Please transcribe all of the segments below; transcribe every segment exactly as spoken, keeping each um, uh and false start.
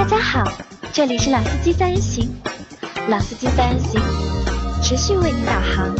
家好，这里是老司机三人行，老司机三人行持续为您导航。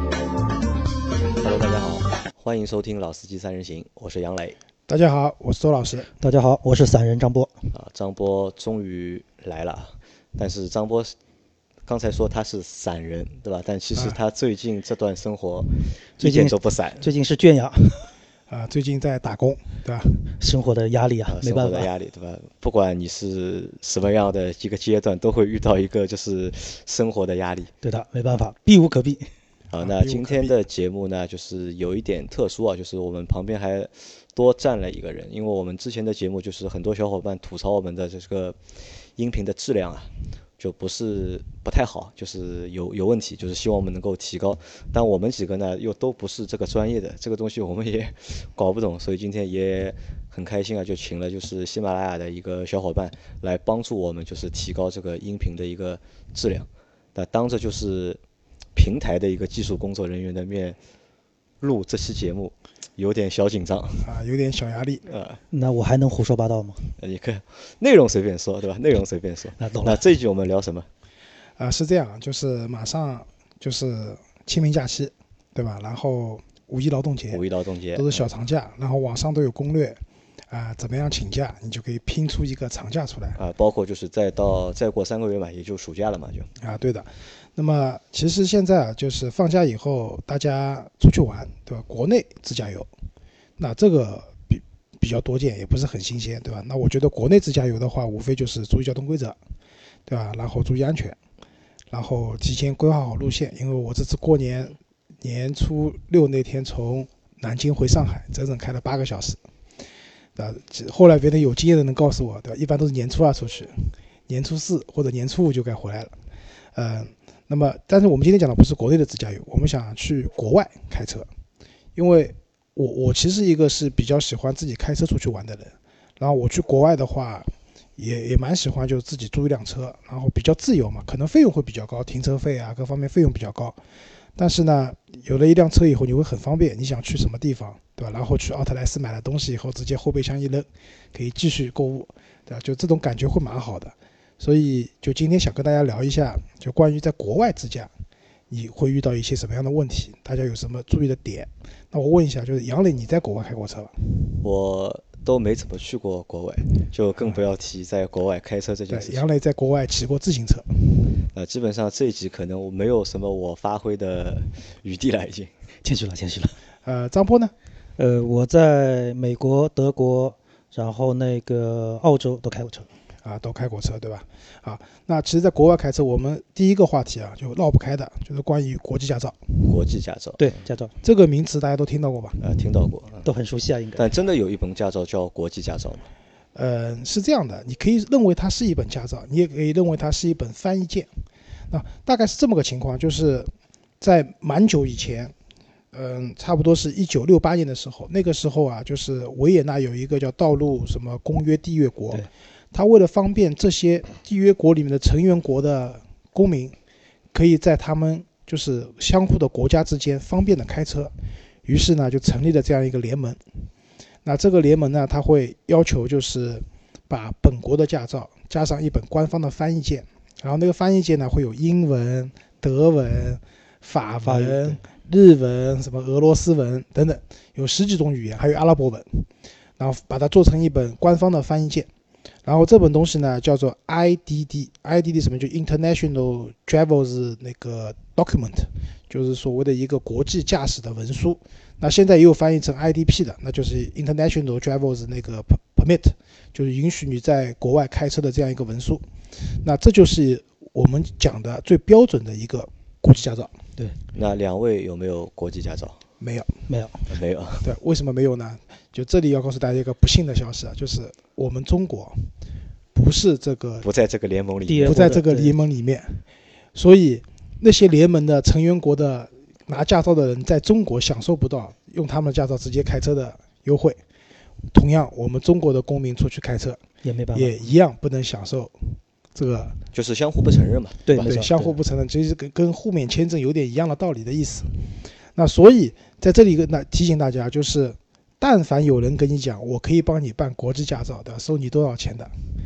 Hello， 大家好，欢迎收听老司机三人行，我是杨磊。 大家好，我是周老师。 大家好，我是散人张波。 啊，张波终于来了，但是张波刚才说他是散人，对吧？但其实他最近这段生活一点都不散， 最近是圈养。 啊，最近在打工，对吧？ 生活的压力啊， 啊没办法， 生活的压力，对吧？不管你是什么样的一个阶段，都会遇到一个就是生活的压力。 对的，没办法，避无可避。 好，那今天的节目呢，就是有一点特殊啊，就是我们旁边还多站了一个人，因为我们之前的节目就是很多小伙伴吐槽我们的这个音频的质量啊，就不是不太好，就是有有问题，就是希望我们能够提高。但我们几个呢又都不是这个专业的，这个东西我们也搞不懂，所以今天也很开心啊，就请了就是喜马拉雅的一个小伙伴来帮助我们，就是提高这个音频的一个质量。那当着就是平台的一个技术工作人员的面录这期节目，有点小紧张啊，有点小压力。 呃， 那我还能胡说八道吗？ 你看内容随便说，对吧？内容随便说。 那懂了。 那这一集我们聊什么？ 啊，是这样，就是马上就是清明假期，对吧？然后五一劳动节， 五一劳动节都是小长假，然后网上都有攻略。啊，怎么样请假，你就可以拼出一个长假出来啊，包括就是再到再过三个月嘛，也就暑假了嘛，就啊，对的。那么其实现在啊，就是放假以后大家出去玩，对吧？国内自驾游，那这个比比较多见，也不是很新鲜，对吧？那我觉得国内自驾游的话，无非就是注意交通规则，对吧？然后注意安全，然后提前规划好路线。因为我这次过年年初六那天从南京回上海，整整开了八个小时。啊，后来别人有经验的人告诉我，对吧？一般都是年初二出去，年初四或者年初五就该回来了。呃，那么，但是我们今天讲的不是国内的自驾游，我们想去国外开车，因为我我其实一个是比较喜欢自己开车出去玩的人，然后我去国外的话，也也蛮喜欢就自己租一辆车，然后比较自由嘛，可能费用会比较高，停车费啊各方面费用比较高。但是呢，有了一辆车以后，你会很方便，你想去什么地方，对吧？然后去奥特莱斯买了东西以后，直接后备箱一扔，可以继续购物，对吧？就这种感觉会蛮好的。所以就今天想跟大家聊一下，就关于在国外自驾，你会遇到一些什么样的问题，大家有什么注意的点？那我问一下，就是杨磊，你在国外开过车吧？ 我都没怎么去过国外，就更不要提在国外开车这件事情。 杨磊在国外骑过自行车。 呃，基本上这一集可能我没有什么我发挥的余地了，已经谦虚了，谦虚了。 呃，张波呢？ 呃，我在美国、德国，然后那个澳洲都开过车。 啊，都开过车，对吧？啊，那其实，在国外开车，我们第一个话题啊，就绕不开的，就是关于国际驾照。 国际驾照， 对，驾照这个名词大家都听到过吧？ 呃，听到过， 都很熟悉啊，应该。 但真的有一本驾照叫国际驾照吗？ 呃，是这样的，你可以认为它是一本驾照，你也可以认为它是一本翻译件。那大概是这么个情况，就是在蛮久以前，嗯、呃，差不多是一九六八年的时候，那个时候啊，就是维也纳有一个叫道路什么公约缔约国，他为了方便这些缔约国里面的成员国的公民，可以在他们就是相互的国家之间方便的开车，于是呢就成立了这样一个联盟。那这个联盟呢，它会要求就是把本国的驾照加上一本官方的翻译件，然后那个翻译件呢会有英文、德文、法文、日文、什么俄罗斯文等等，有十几种语言，还有阿拉伯文，然后把它做成一本官方的翻译件。然后这本东西呢叫做 I D D，I D D 什么就 International Drivers 那个 Document， 就是所谓的一个国际驾驶的文书。那现在也有翻译成 I D P 的，那就是 International Drivers 那个 Permit， 就是允许你在国外开车的这样一个文书。那这就是我们讲的最标准的一个国际驾照。 对， 那两位有没有国际驾照？ 没有， 没有， 没有。 对，为什么没有呢？就这里要告诉大家一个不幸的消息啊，就是我们中国不是这个不在这个联盟里面， 不在这个联盟里面，所以那些联盟的成员国的拿驾照的人在中国享受不到用他们的驾照直接开车的优惠。同样，我们中国的公民出去开车也没办法， 也一样不能享受这个， 就是相互不承认嘛， 对对，相互不承认，其实跟跟互免签证有点一样的道理的意思。那所以在这里那提醒大家，就是但凡有人跟你讲我可以帮你办国际驾照的，收你多少钱的，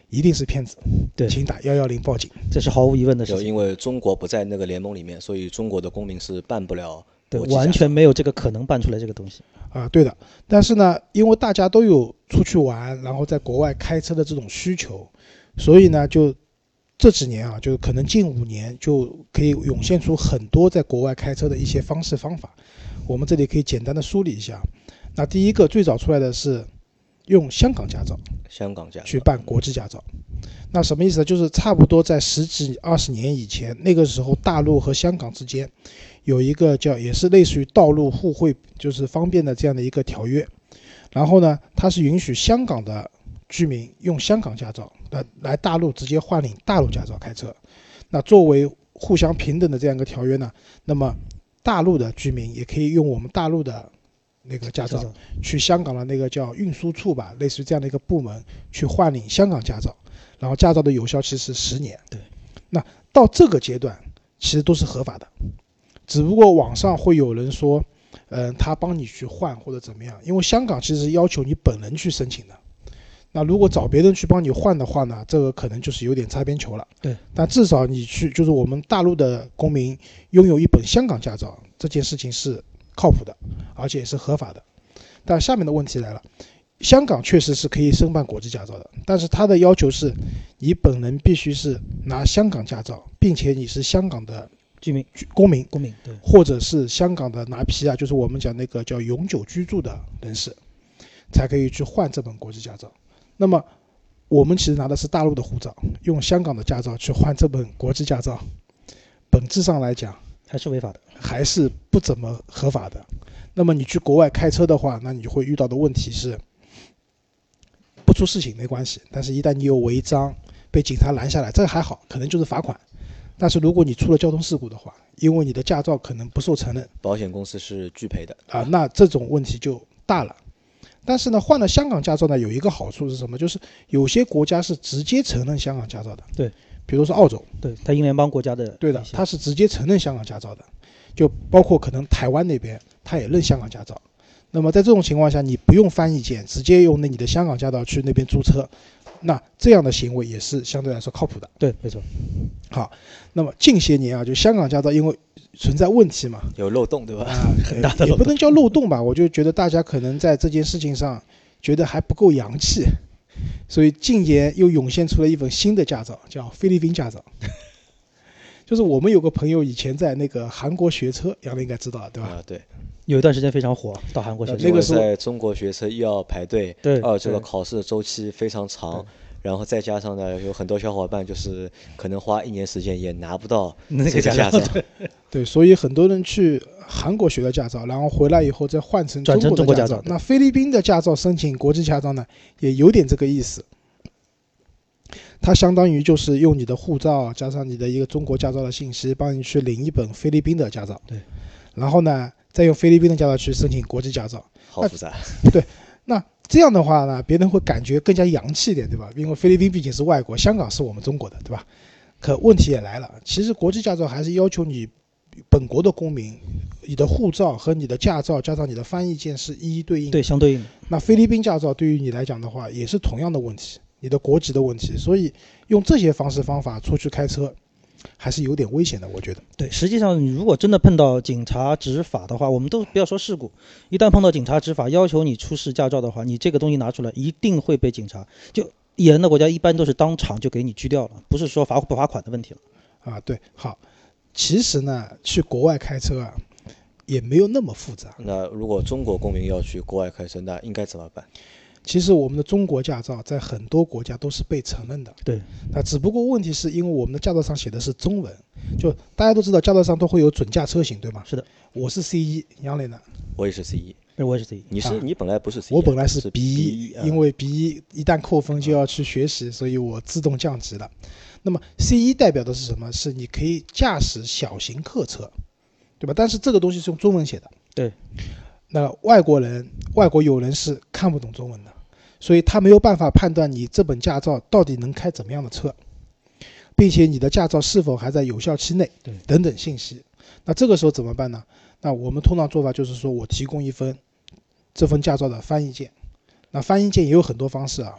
一定是骗子， 对， 请打幺幺零报警， 这是毫无疑问的事情。 就因为中国不在那个联盟里面，所以中国的公民是办不了对， 国际驾照， 完全没有这个可能办出来这个东西啊，对的。但是呢，因为大家都有出去玩，然后在国外开车的这种需求，所以呢，就这几年啊，就可能近五年就可以涌现出很多在国外开车的一些方式方法。我们这里可以简单的梳理一下。那第一个最早出来的是用香港驾照， 香港驾照去办国际驾照。那什么意思呢？就是差不多在十几二十年以前，那个时候大陆和香港之间有一个叫也是类似于道路互惠，就是方便的这样的一个条约。然后呢，它是允许香港的居民用香港驾照来来大陆直接换领大陆驾照开车。那作为互相平等的这样一个条约呢，那么大陆的居民也可以用我们大陆的那个驾照去香港的那个叫运输处吧，类似于这样的一个部门去换领香港驾照，然后驾照的有效期是十年。 对， 那到这个阶段其实都是合法的，只不过网上会有人说，嗯、呃，他帮你去换或者怎么样，因为香港其实是要求你本人去申请的。那如果找别人去帮你换的话呢，这个可能就是有点擦边球了。 对， 但至少你去，就是我们大陆的公民拥有一本香港驾照，这件事情是靠谱的，而且是合法的。但下面的问题来了，香港确实是可以申办国际驾照的，但是它的要求是，你本人必须是拿香港驾照，并且你是香港的居民、 公民、 公民，对， 或者是香港的拿 P R， 就是我们讲那个叫永久居住的人士，才可以去换这本国际驾照。那么我们其实拿的是大陆的护照，用香港的驾照去换这本国际驾照，本质上来讲还是违法的， 还是不怎么合法的。那么你去国外开车的话，那你就会遇到的问题是，不出事情没关系，但是一旦你有违章被警察拦下来，这个还好，可能就是罚款。但是如果你出了交通事故的话，因为你的驾照可能不受承认， 保险公司是拒赔的啊，那这种问题就大了。但是呢，换了香港驾照呢，有一个好处是什么？就是有些国家是直接承认香港驾照的。 对， 比如说澳洲， 对，它英联邦国家的， 对的，它是直接承认香港驾照的，就包括可能台湾那边，它也认香港驾照。那么在这种情况下，你不用翻译件，直接用那你的香港驾照去那边租车，那这样的行为也是相对来说靠谱的。 对，没错。 好，那么近些年啊，就香港驾照因为存在问题嘛， 有漏洞对吧？ 啊， 很大的漏洞也不能叫漏洞吧，我就觉得大家可能在这件事情上觉得还不够洋气，所以近年又涌现出了一本新的驾照，叫菲律宾驾照。就是我们有个朋友以前在那个韩国学车，杨磊应该知道对吧？ 啊，对。 有一段时间非常火，到韩国学车。 那个时候在中国学车又要排队， 对， 二这个考试的周期非常长，然后再加上呢，有很多小伙伴就是可能花一年时间也拿不到那个驾照。 对, 对，所以很多人去韩国学了驾照，然后回来以后再换成转成中国驾照。 那菲律宾的驾照申请国际驾照呢，也有点这个意思。它相当于就是用你的护照加上你的一个中国驾照的信息，帮你去领一本菲律宾的驾照。 对， 然后呢，再用菲律宾的驾照去申请国际驾照。 好复杂。 对，那这样的话呢，别人会感觉更加洋气一点，对吧？因为菲律宾毕竟是外国，香港是我们中国的，对吧？可问题也来了，其实国际驾照还是要求你本国的公民，你的护照和你的驾照加上你的翻译件是一一对应的。 对，相对应的。 那菲律宾驾照对于你来讲的话，也是同样的问题。你的国籍的问题，所以用这些方式方法出去开车，还是有点危险的，我觉得。 对，实际上你如果真的碰到警察执法的话，我们都不要说事故，一旦碰到警察执法要求你出示驾照的话，你这个东西拿出来一定会被警察，就野人的国家一般都是当场就给你拘掉了，不是说罚不罚款的问题了。 啊，对，好，其实呢，去国外开车啊，也没有那么复杂。 那如果中国公民要去国外开车，那应该怎么办？ 其实我们的中国驾照在很多国家都是被承认的， 对。 那只不过问题是因为我们的驾照上写的是中文，就大家都知道驾照上都会有准驾车型，对吗？ 是的。 我是 C 一，杨磊呢？ 我也是 C 一， 我也是 C 一。 你是、啊、你本来不是 C 一， 我本来是 B 一， 因为 B 一一旦扣分就要去学习，所以我自动降级了。那么 C 一代表的是什么？是你可以驾驶小型客车，对吧？但是这个东西是用中文写的。 对。 那外国人、外国友人是看不懂中文的。所以他没有办法判断你这本驾照到底能开怎么样的车，并且你的驾照是否还在有效期内，等等信息。那这个时候怎么办呢？那我们通常做法就是说我提供一份这份驾照的翻译件。那翻译件也有很多方式啊。那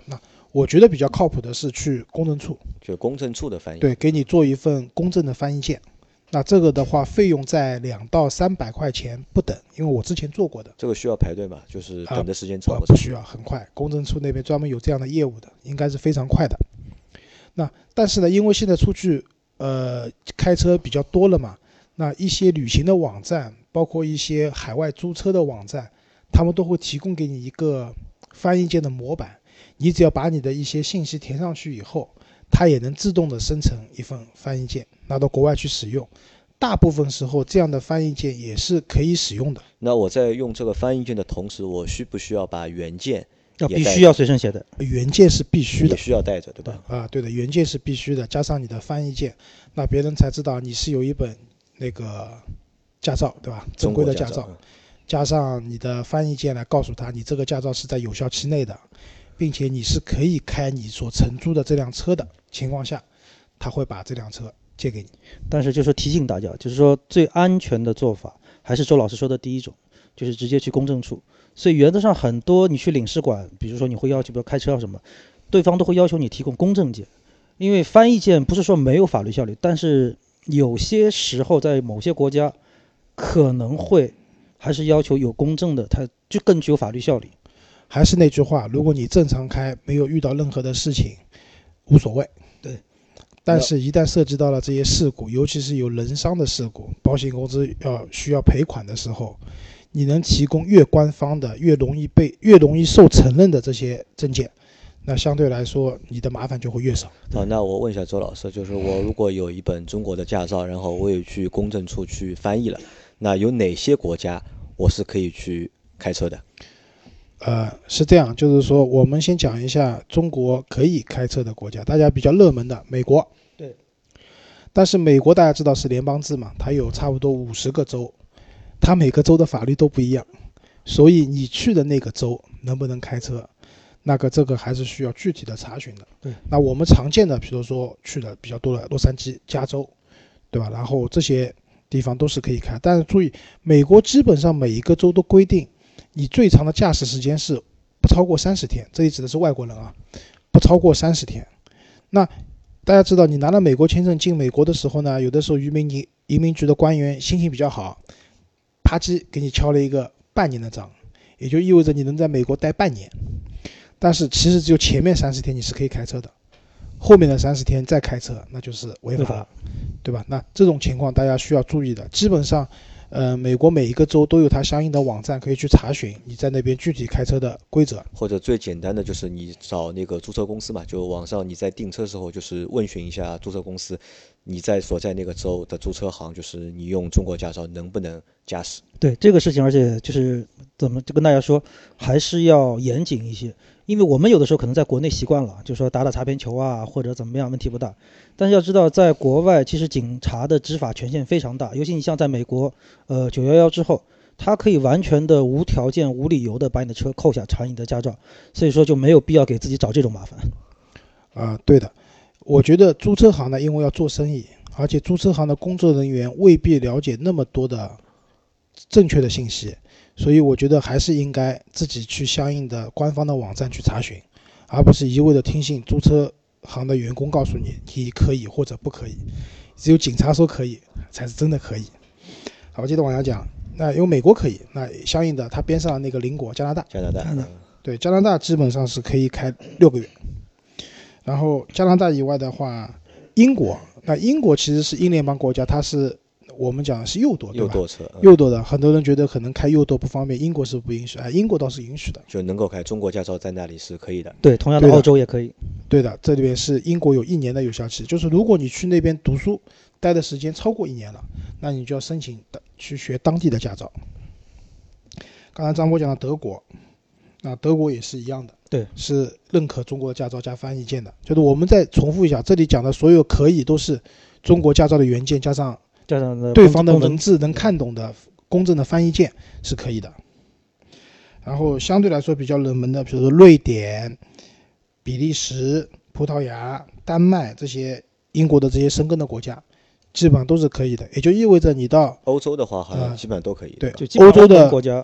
我觉得比较靠谱的是去公证处， 就公证处的翻译。 对，给你做一份公证的翻译件。那这个的话，费用在两到三百块钱不等，因为我之前做过的。 这个需要排队吗？就是等的时间长啊、 不长？ 不需要，很快。公证处那边专门有这样的业务的，应该是非常快的。那但是呢，因为现在出去呃开车比较多了嘛，那一些旅行的网站，包括一些海外租车的网站，他们都会提供给你一个翻译件的模板，你只要把你的一些信息填上去以后，它也能自动的生成一份翻译件，拿到国外去使用。大部分时候，这样的翻译件也是可以使用的。 那我在用这个翻译件的同时，我需不需要把原件要必须要随身携带？ 原件是必须的， 也需要带着，对吧？ 啊，对的，原件是必须的，加上你的翻译件，那别人才知道你是有一本那个驾照，对吧？正规的驾照， 嗯、 加上你的翻译件来告诉他，你这个驾照是在有效期内的，并且你是可以开你所承租的这辆车的情况下，他会把这辆车借给你。 但是就是提醒大家，就是说最安全的做法还是周老师说的第一种，就是直接去公证处。所以原则上很多你去领事馆，比如说你会要求，比如开车啊什么，对方都会要求你提供公证件，因为翻译件不是说没有法律效力，但是有些时候在某些国家可能会还是要求有公证的，它就更具有法律效力。 还是那句话，如果你正常开，没有遇到任何的事情，无所谓。 对。 但是，一旦涉及到了这些事故，尤其是有人伤的事故，保险公司要需要赔款的时候，你能提供越官方的、越容易被、越容易受承认的这些证件，那相对来说你的麻烦就会越少。 好，那我问一下周老师，就是我如果有一本中国的驾照，然后我也去公证处去翻译了，那有哪些国家我是可以去开车的？ 呃，是这样，就是说我们先讲一下中国可以开车的国家，大家比较热门的美国。 对。 但是美国大家知道是联邦制嘛，它有差不多五十个州，它每个州的法律都不一样，所以你去的那个州能不能开车，那个这个还是需要具体的查询的。 对。 那我们常见的，比如说去的比较多的洛杉矶、加州，对吧？然后这些地方都是可以开，但是注意，美国基本上每一个州都规定，你最长的驾驶时间是不超过三十天，这里指的是外国人啊，不超过三十天。那大家知道，你拿了美国签证进美国的时候呢，有的时候移民局移民局的官员心情比较好，啪叽给你敲了一个半年的章，也就意味着你能在美国待半年。但是其实只有前面三十天你是可以开车的，后面的三十天再开车那就是违法了，对吧？那这种情况大家需要注意的，基本上。呃，美国每一个州都有它相应的网站可以去查询你在那边具体开车的规则， 或者最简单的就是你找那个注册公司嘛，就网上你在订车时候就是问询一下注册公司，你在所在那个州的注册行，就是你用中国驾照能不能驾驶？ 对这个事情，而且就是怎么就跟大家说，还是要严谨一些，因为我们有的时候可能在国内习惯了，就说打打擦边球啊，或者怎么样，问题不大。但是要知道，在国外其实警察的执法权限非常大，尤其你像在美国，呃，九一一之后，他可以完全的无条件、无理由的把你的车扣下，查你的驾照，所以说就没有必要给自己找这种麻烦。 啊、呃，对的，我觉得租车行呢，因为要做生意，而且租车行的工作人员未必了解那么多的正确的信息，所以我觉得还是应该自己去相应的官方的网站去查询，而不是一味的听信租车行的员工告诉你你可以或者不可以，只有警察说可以才是真的可以。好，接着往下讲，那因为美国可以，那相应的它边上那个邻国加拿大， 加拿大，嗯、 对，加拿大基本上是可以开六个月。然后加拿大以外的话，英国，那英国其实是英联邦国家，它是我们讲的是右舵，对吧？ 右舵车，嗯、 右舵的，很多人觉得可能开右舵不方便，英国是不允许，哎，英国倒是允许的， 就能够开中国驾照在那里是可以的。 对，同样的澳洲也可以。 对的，这里边是英国有一年的有效期，就是如果你去那边读书待的时间超过一年了，那你就要申请去学当地的驾照。刚才张波讲的德国，那德国也是一样的， 对， 是认可中国驾照加翻译件的。就是我们再重复一下，这里讲的所有可以都是中国驾照的原件加上加上对方的文字能看懂的公证的翻译件是可以的。然后相对来说比较冷门的，比如说瑞典、比利时、葡萄牙、丹麦这些英国的这些生根的国家，基本上都是可以的。也就意味着你到欧洲的话，好像基本上都可以。 对， 就欧洲的国家。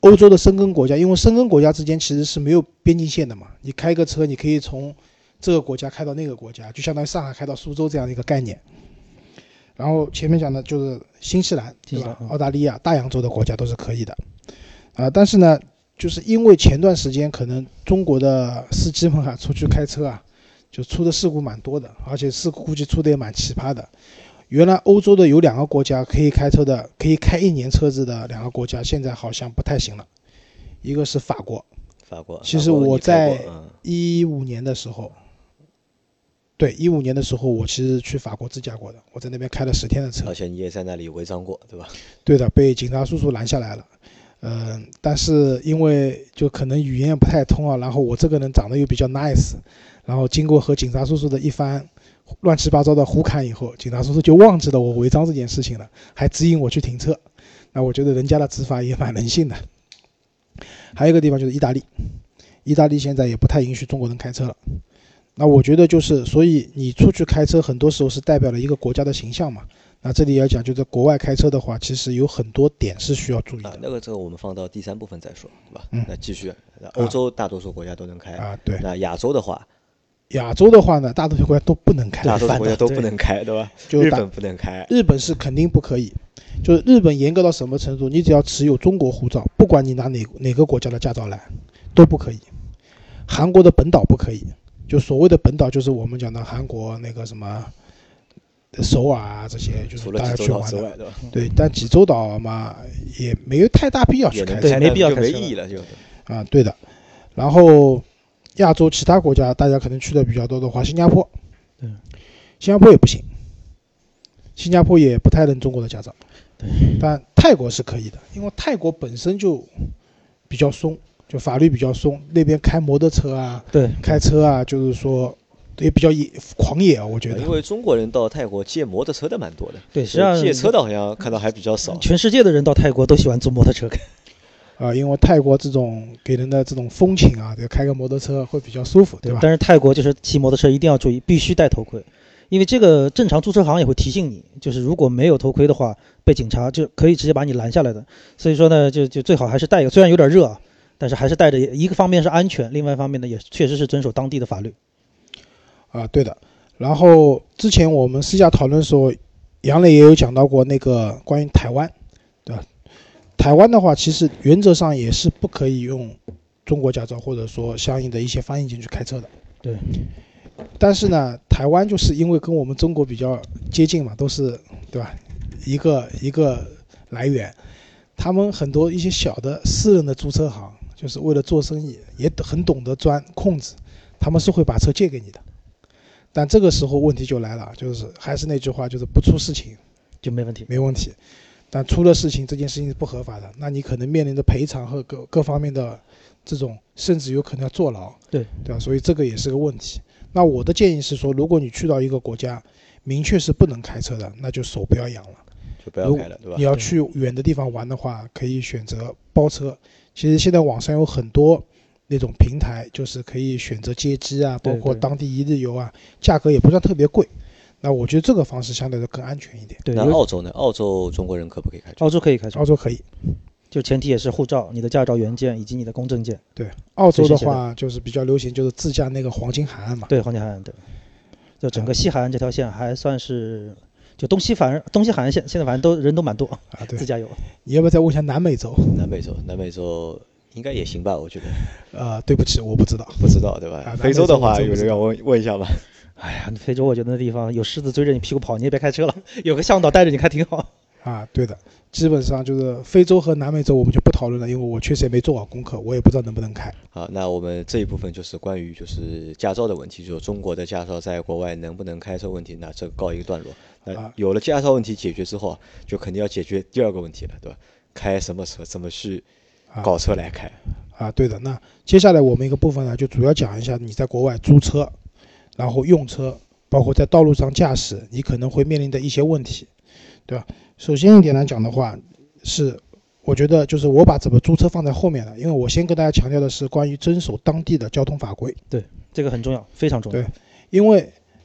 欧洲的申根国家，因为申根国家之间其实是没有边境线的嘛，你开个车你可以从这个国家开到那个国家，就相当于上海开到苏州这样的一个概念。然后前面讲的就是新西兰，对吧？澳大利亚、大洋洲的国家都是可以的，啊、呃，但是呢，就是因为前段时间可能中国的司机们啊出去开车啊，就出的事故蛮多的，而且事故估计出的也蛮奇葩的。原来欧洲的有两个国家可以开车的，可以开一年车子的两个国家，现在好像不太行了。一个是法国， 法国。 其实我在一五年的时候。对，一五年的时候，我其实去法国自驾过的，我在那边开了十天的车， 而且你也在那里违章过，对吧？ 对的，被警察叔叔拦下来了。嗯、呃，但是因为就可能语言也不太通啊，然后我这个人长得又比较 nice， 然后经过和警察叔叔的一番乱七八糟的胡侃以后，警察叔叔就忘记了我违章这件事情了，还指引我去停车。那我觉得人家的执法也蛮人性的。还有一个地方就是意大利，意大利现在也不太允许中国人开车了。那我觉得就是，所以你出去开车很多时候是代表了一个国家的形象嘛。那这里要讲，就在国外开车的话，其实有很多点是需要注意的。 啊、那个这个我们放到第三部分再说，对吧？ 嗯。 那继续，欧洲大多数国家都能开啊，对。 那亚洲的话， 亚洲的话呢，大多数国家都不能开， 大多数国家都不能开，对吧？ 就日本不能开， 日本是肯定不可以。就是日本严格到什么程度？你只要持有中国护照，不管你拿哪哪个国家的驾照来，都不可以。韩国的本岛不可以。就所谓的本岛，就是我们讲的韩国那个什么首尔啊这些，就是大家去玩的。 对吧？ 对，但济州岛嘛，也没有太大必要去开车， 没必要开车， 没意义了就。 啊，对的。然后亚洲其他国家，大家可能去的比较多的话，新加坡， 对， 新加坡也不行，新加坡也不太认中国的驾照。 对， 但泰国是可以的，因为泰国本身就比较松。就法律比较松，那边开摩托车啊， 对， 开车啊，就是说也比较野狂野啊，我觉得。 因为中国人到泰国借摩托车的蛮多的， 对，实际上借车的好像看到还比较少。 全世界的人到泰国都喜欢坐摩托车开。 啊、呃，因为泰国这种给人的这种风情啊，就开个摩托车会比较舒服，对吧？ 但是泰国就是骑摩托车一定要注意，必须戴头盔，因为这个正常租车行也会提醒你，就是如果没有头盔的话，被警察就可以直接把你拦下来的。所以说呢，就就最好还是戴一个，虽然有点热啊。但是还是带着，一个方面是安全，另外一方面呢也确实是遵守当地的法律。 啊，对的。然后之前我们私下讨论的时候，杨磊也有讲到过那个关于台湾，对吧？台湾的话，其实原则上也是不可以用中国驾照或者说相应的一些翻译进去开车的。 对。 但是呢，台湾就是因为跟我们中国比较接近嘛，都是对吧？一个一个来源，他们很多一些小的私人的租车行。就是为了做生意，也很懂得钻空子，他们是会把车借给你的。但这个时候问题就来了，就是还是那句话，就是不出事情就没问题， 没问题。但出了事情，这件事情是不合法的，那你可能面临着赔偿和各各方面的这种，甚至有可能要坐牢。 对对吧？所以这个也是个问题。那我的建议是说，如果你去到一个国家，明确是不能开车的，那就手不要痒了， 就不要开了，对吧？ 你要去远的地方玩的话，可以选择包车。其实现在网上有很多那种平台，就是可以选择接机啊，包括当地一日游啊，价格也不算特别贵。那我觉得这个方式相对的更安全一点。 对， 那澳洲呢？澳洲中国人可不可以开车？ 澳洲可以开车， 澳洲可以， 就前提也是护照、你的驾照原件以及你的公证件。 对，澳洲的话就是比较流行，就是自驾那个黄金海岸嘛。 对，黄金海岸，对，就整个西海岸这条线还算是。就东西反正东西海岸线现在反正都人都蛮多啊，对， 自驾游。 你要不要再问一下南美洲？ 南美洲，南美洲应该也行吧，我觉得。 呃，对不起，我不知道， 不知道对吧？ 啊、 非洲的话，有人要问问一下吧。 哎呀，非洲我觉得那地方有狮子追着你屁股跑，你也别开车了，有个向导带着你开挺好。 啊，对的，基本上就是非洲和南美洲我们就不讨论了，因为我确实也没做好功课，我也不知道能不能开。 好，那我们这一部分就是关于就是驾照的问题，就是中国的驾照在国外能不能开车问题，那这告一个段落。那有了驾照问题解决之后，就肯定要解决第二个问题了，对吧？开什么车，怎么去搞车来开？ 啊，啊对的。那接下来我们一个部分呢，就主要讲一下你在国外租车，然后用车，包括在道路上驾驶，你可能会面临的一些问题，对吧？首先一点来讲的话，是我觉得就是我把怎么租车放在后面了，因为我先跟大家强调的是关于遵守当地的交通法规。 对，这个很重要，非常重要。 对，因为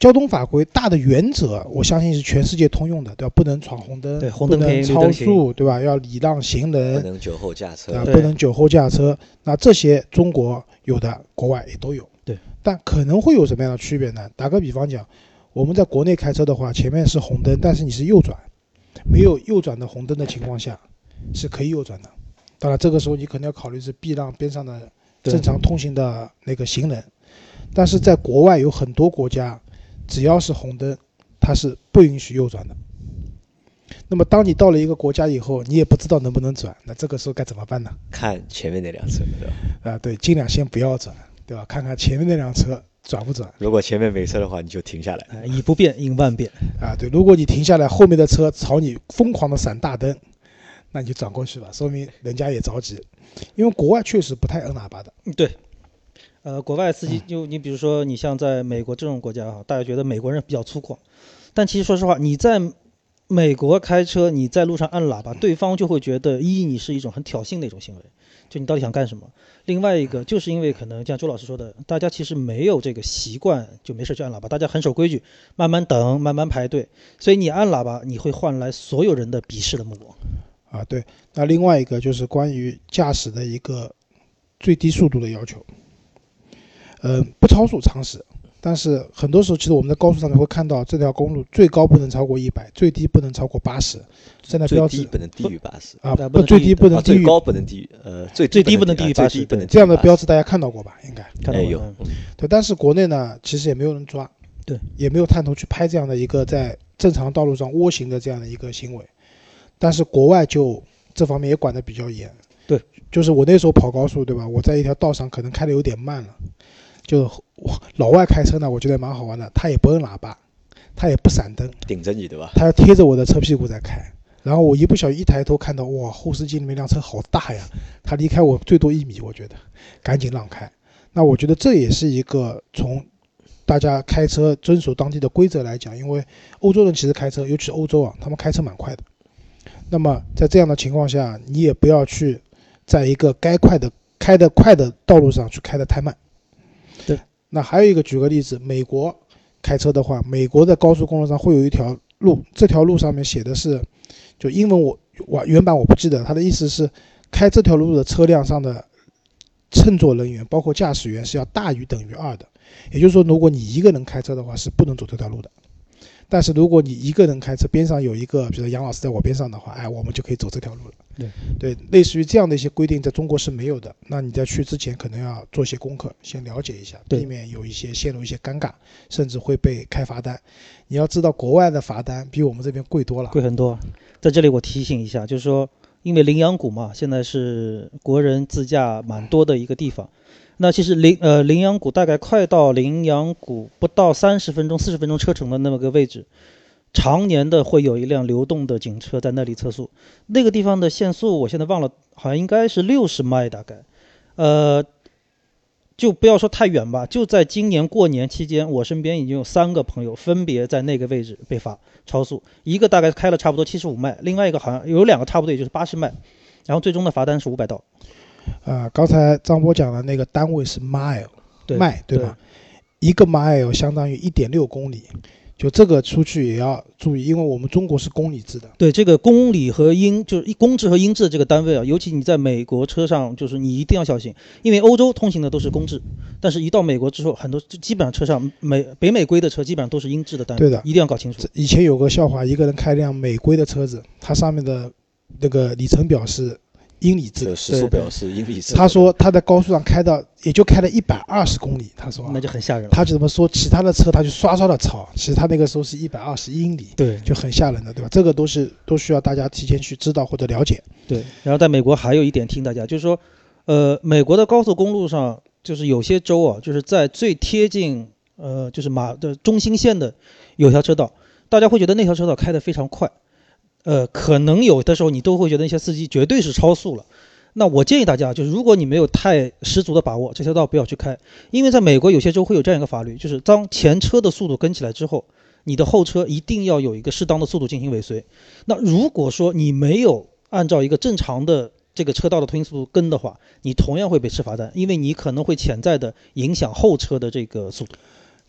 交通法规大的原则，我相信是全世界通用的，对吧？不能闯红灯， 对，红灯不能停，绿超灯行， 速，对吧？要礼让行不人， 能酒后驾车啊，， 对不能酒后驾车。那这些中国有的，国外也都有。 对， 但可能会有什么样的区别呢？打个比方讲，我们在国内开车的话，前面是红灯，但是你是右转，没有右转的红灯的情况下，是可以右转的。当然，这个时候你可能要考虑是避让边上的对正常通行的那个行人。但是在国外有很多国家，只要是红灯，它是不允许右转的。那么当你到了一个国家以后，你也不知道能不能转，那这个时候该怎么办呢？ 看前面那辆车，对吧？ 啊，对，尽量先不要转，对吧？看看前面那辆车转不转。 如果前面没车的话，你就停下来。 哎，以不变应万变。 啊，对，如果你停下来，后面的车朝你疯狂的闪大灯，那你就转过去吧，说明人家也着急。因为国外确实不太摁喇叭的。 对，呃，国外司机就你比如说你像在美国这种国家哈，大家觉得美国人比较粗犷，但其实说实话，你在美国开车，你在路上按喇叭，对方就会觉得一你是一种很挑衅的一种行为，就你到底想干什么？另外一个就是因为可能像周老师说的，大家其实没有这个习惯，就没事就按喇叭，大家很守规矩，慢慢等，慢慢排队，所以你按喇叭，你会换来所有人的鄙视的目光。 啊，对。那另外一个就是关于驾驶的一个最低速度的要求。呃，不超速常识，但是很多时候其实我们在高速上面会看到这条公路最高不能超过一百，最低不能超过八十，现在标志最低不能低于八十啊， 不能低于不最低不能啊， 低于最高不能低于呃最最低不能低低于80 最低不能这样的标志。 志大家看到过吧？应该哎有， 看到吗？ 嗯对，但是国内呢，其实也没有人抓， 对， 也没有探头去拍这样的一个在正常道路上窝行的这样的一个行为，但是国外就这方面也管得比较严。 对， 就是我那时候跑高速，对吧？我在一条道上可能开的有点慢了，就老外开车呢，我觉得蛮好玩的，他也不摁喇叭，他也不闪灯， 顶着你对吧？ 他要贴着我的车屁股在开。然后我一不小心一抬头看到，哇，后视镜里面辆车好大呀，他离开我最多一米，我觉得赶紧让开。那我觉得这也是一个从大家开车遵守当地的规则来讲，因为欧洲人其实开车，尤其是欧洲啊，他们开车蛮快的。那么在这样的情况下，你也不要去在一个该快的开得快的道路上去开得太慢。 对。 那还有一个，举个例子，美国开车的话，美国的高速公路上会有一条路，这条路上面写的是，就英文我我原版我不记得，它的意思是开这条路的车辆上的乘坐人员，包括驾驶员是要大于等于二的。也就是说，如果你一个人开车的话，是不能走这条路的。但是如果你一个人开车，边上有一个，比如说杨老师在我边上的话，哎，我们就可以走这条路了。 对对，类似于这样的一些规定，在中国是没有的。那你在去之前，可能要做些功课，先了解一下， 对避免有一些陷入一些尴尬，甚至会被开罚单。你要知道，国外的罚单比我们这边贵多了。 贵很多。在这里我提醒一下，就是说，因为羚羊谷嘛，现在是国人自驾蛮多的一个地方。那其实羚呃羚羊谷大概快到羚羊谷不到三十分钟、四十分钟车程的那么个位置，常年的会有一辆流动的警车在那里测速。那个地方的限速我现在忘了，好像应该是六十迈大概。呃，就不要说太远吧，就在今年过年期间，我身边已经有三个朋友分别在那个位置被罚超速，一个大概开了差不多七十五迈，另外一个好像有两个差不多也就是八十迈，然后最终的罚单是五百刀。 呃，刚才张波讲的那个单位是 mile， 对迈对吧？一个 mile 相当于一点六公里，就这个出去也要注意，因为我们中国是公里制的。 对，这个公里和英就是一公制和英制的这个单位啊，尤其你在美国车上，就是你一定要小心，因为欧洲通行的都是公制，但是一到美国之后，很多基本上车上美北美规的车基本上都是英制的单位， 对的， 一定要搞清楚。 以前有个笑话，一个人开辆美规的车子，它上面的那个里程表是英里制的， 这个时速表是英里制。 他说他在高速上开到也就开了一百二十公里，他说那就很吓人了。 他就这么说，其他的车他就刷刷的超，其实他那个时候是一百二十英里， 对， 就很吓人的，对吧？这个都是都需要大家提前去知道或者了解。 对，然后在美国还有一点提醒大家，就是说，呃，美国的高速公路上，就是有些州啊，就是在最贴近呃就是马的中心线的有条车道，大家会觉得那条车道开得非常快。呃，可能有的时候你都会觉得那些司机绝对是超速了。那我建议大家，就是如果你没有太十足的把握，这条道不要去开，因为在美国有些州会有这样一个法律，就是当前车的速度跟起来之后，你的后车一定要有一个适当的速度进行尾随。那如果说你没有按照一个正常的这个车道的通行速度跟的话，你同样会被吃罚单，因为你可能会潜在的影响后车的这个速度。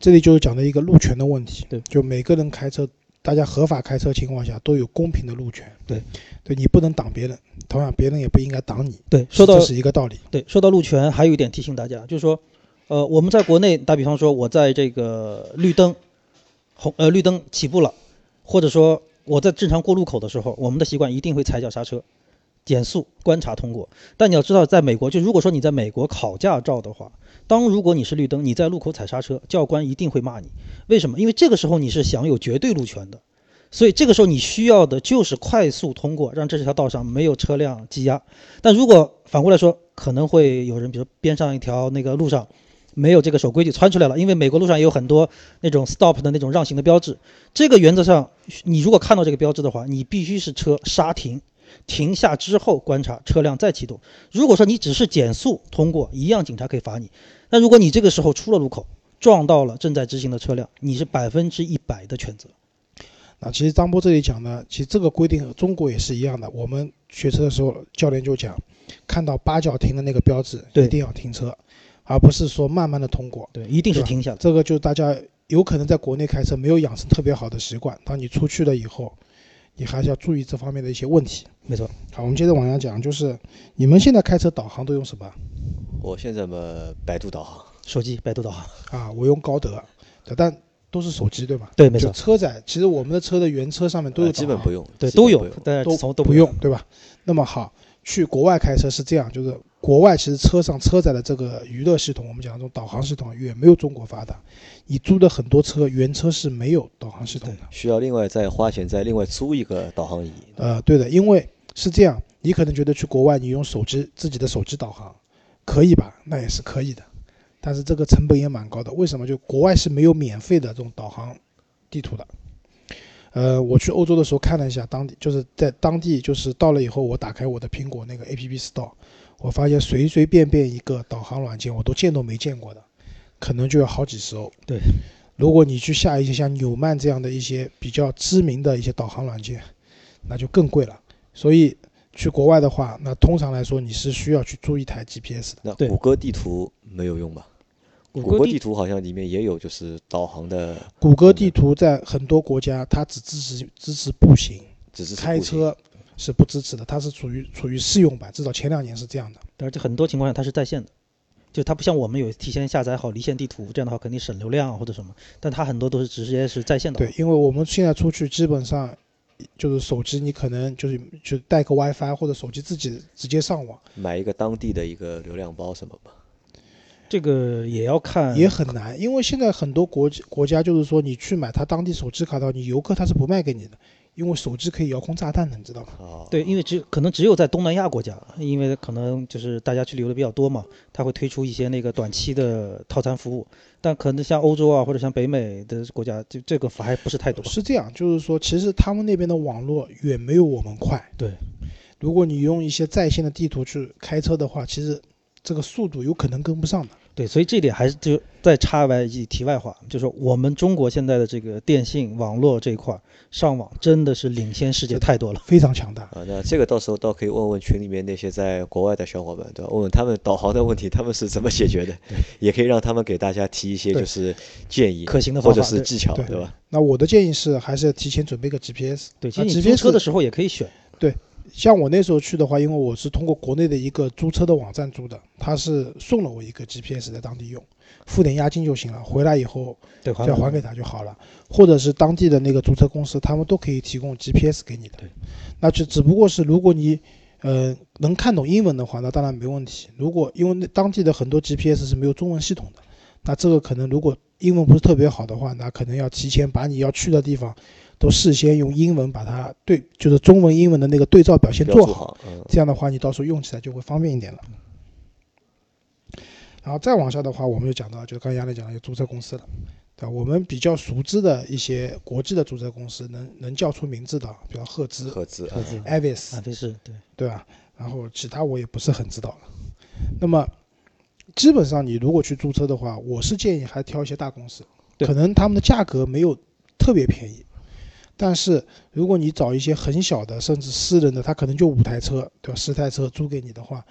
这里就是讲的一个路权的问题。 对， 就每个人开车，大家合法开车情况下都有公平的路权。 对， 对你不能挡别人，同样别人也不应该挡你。 对，说到这是一个道理。 对，说到路权，还有一点提醒大家，就是说，呃，我们在国内，打比方说，我在这个绿灯，红呃绿灯起步了，或者说我在正常过路口的时候，我们的习惯一定会踩脚刹车，减速观察通过。但你要知道，在美国，就如果说你在美国考驾照的话，当如果你是绿灯，你在路口踩刹车，教官一定会骂你。为什么？因为这个时候你是享有绝对路权的。所以这个时候你需要的就是快速通过，让这条道上没有车辆积压。但如果反过来说，可能会有人，比如边上一条那个路上没有这个守规矩窜出来了，因为美国路上也有很多那种 stop 的那种让行的标志。这个原则上，你如果看到这个标志的话，你必须是车刹停，停下之后观察车辆再启动。如果说你只是减速通过，一样警察可以罚你。那如果你这个时候出了路口，撞到了正在直行的车辆，你是百分之一百的全责。 那其实张波这里讲呢，其实这个规定中国也是一样的。我们学车的时候，教练就讲，看到八角停的那个标志，一定要停车，而不是说慢慢的通过。 对，一定是停下来。 这个就大家有可能在国内开车没有养成特别好的习惯，当你出去了以后，你还是要注意这方面的一些问题。 没错。 好，我们接着往下讲，就是你们现在开车导航都用什么？ 我现在嘛，百度导航， 手机百度导航啊，我用高德，但都是手机对吧？ 对，没错。 车载其实我们的车的原车上面都有导航， 基本不用， 对，都有， 但都都不用，对吧？那么好，去国外开车是这样，就是国外其实车上车载的这个娱乐系统，我们讲这种导航系统远没有中国发达。你租的很多车原车是没有导航系统的， 需要另外再花钱再另外租一个导航仪。 呃，对的，因为是这样，你可能觉得去国外你用手机自己的手机导航可以吧？那也是可以的，但是这个成本也蛮高的。为什么？就国外是没有免费的这种导航地图的。呃，我去欧洲的时候看了一下，当地就是在当地就是到了以后，我打开我的苹果那个 A P P Store， 我发现随随便便一个导航软件我都见都没见过的，可能就要好几十欧。 对， 如果你去下一些像纽曼这样的一些比较知名的一些导航软件，那就更贵了。所以去国外的话，那通常来说你是需要去租一台 G P S 的。 那谷歌地图没有用吧？谷歌地图好像里面也有就是导航的。 谷歌地图在很多国家它只支持支持步行， 只是开车是不支持的，它是处于处于试用版，至少前两年是这样的。 而且很多情况下它是在线的，就它不像我们有提前下载好离线地图，这样的话肯定省流量或者什么，但它很多都是直接是在线的。 对，因为我们现在出去基本上就是手机，你可能就是就带个 WiFi 或者手机自己直接上网， 买一个当地的一个流量包什么吧。 这个也要看， 也很难，因为现在很多国国家就是说，你去买他当地手机卡的话，你游客他是不卖给你的，因为手机可以遥控炸弹的，你知道吗？ 哦、 对，因为只可能只有在东南亚国家，因为可能就是大家去旅游的比较多嘛，他会推出一些那个短期的套餐服务，但可能像欧洲啊或者像北美的国家，就这个还不是太多。 是这样，就是说，其实他们那边的网络远没有我们快。 对， 如果你用一些在线的地图去开车的话，其实这个速度有可能跟不上的。 对，所以这一点还是就再插外一句题外话，就是我们中国现在的这个电信网络这一块上网真的是领先世界太多了， 非常强大啊。那这个到时候倒可以问问群里面那些在国外的小伙伴，对吧？问问他们导航的问题，他们是怎么解决的，也可以让他们给大家提一些就是建议、 可行的方法或者是技巧， 对, 对吧？ 那我的建议是，还是提前准备个 G P S。 对，其实你租车的时候也可以选。 对。像我那时候去的话，因为我是通过国内的一个租车的网站租的，他是送了我一个 G P S 在当地用，付点押金就行了，回来以后再还给他就好了。或者是当地的那个租车公司，他们都可以提供 G P S 给你的。 对， 那就只不过是如果你呃能看懂英文的话，那当然没问题。如果因为当地的很多 G P S 是没有中文系统的，那这个可能如果英文不是特别好的话，那可能要提前把你要去的地方都事先用英文把它对，就是中文英文的那个对照表现做好， 嗯、 这样的话你到时候用起来就会方便一点了。然后再往下的话，我们就讲到，就是刚才杨磊讲的租车公司了，对吧？我们比较熟知的一些国际的租车公司，能能叫出名字的，比如赫兹、 赫兹、 赫兹、 Avis、 阿菲士，对对吧？然后其他我也不是很知道了。那么基本上你如果去租车的话，我是建议还挑一些大公司，可能他们的价格没有特别便宜。但是如果你找一些很小的甚至私人的，他可能就五台车，对吧？十台车租给你的话，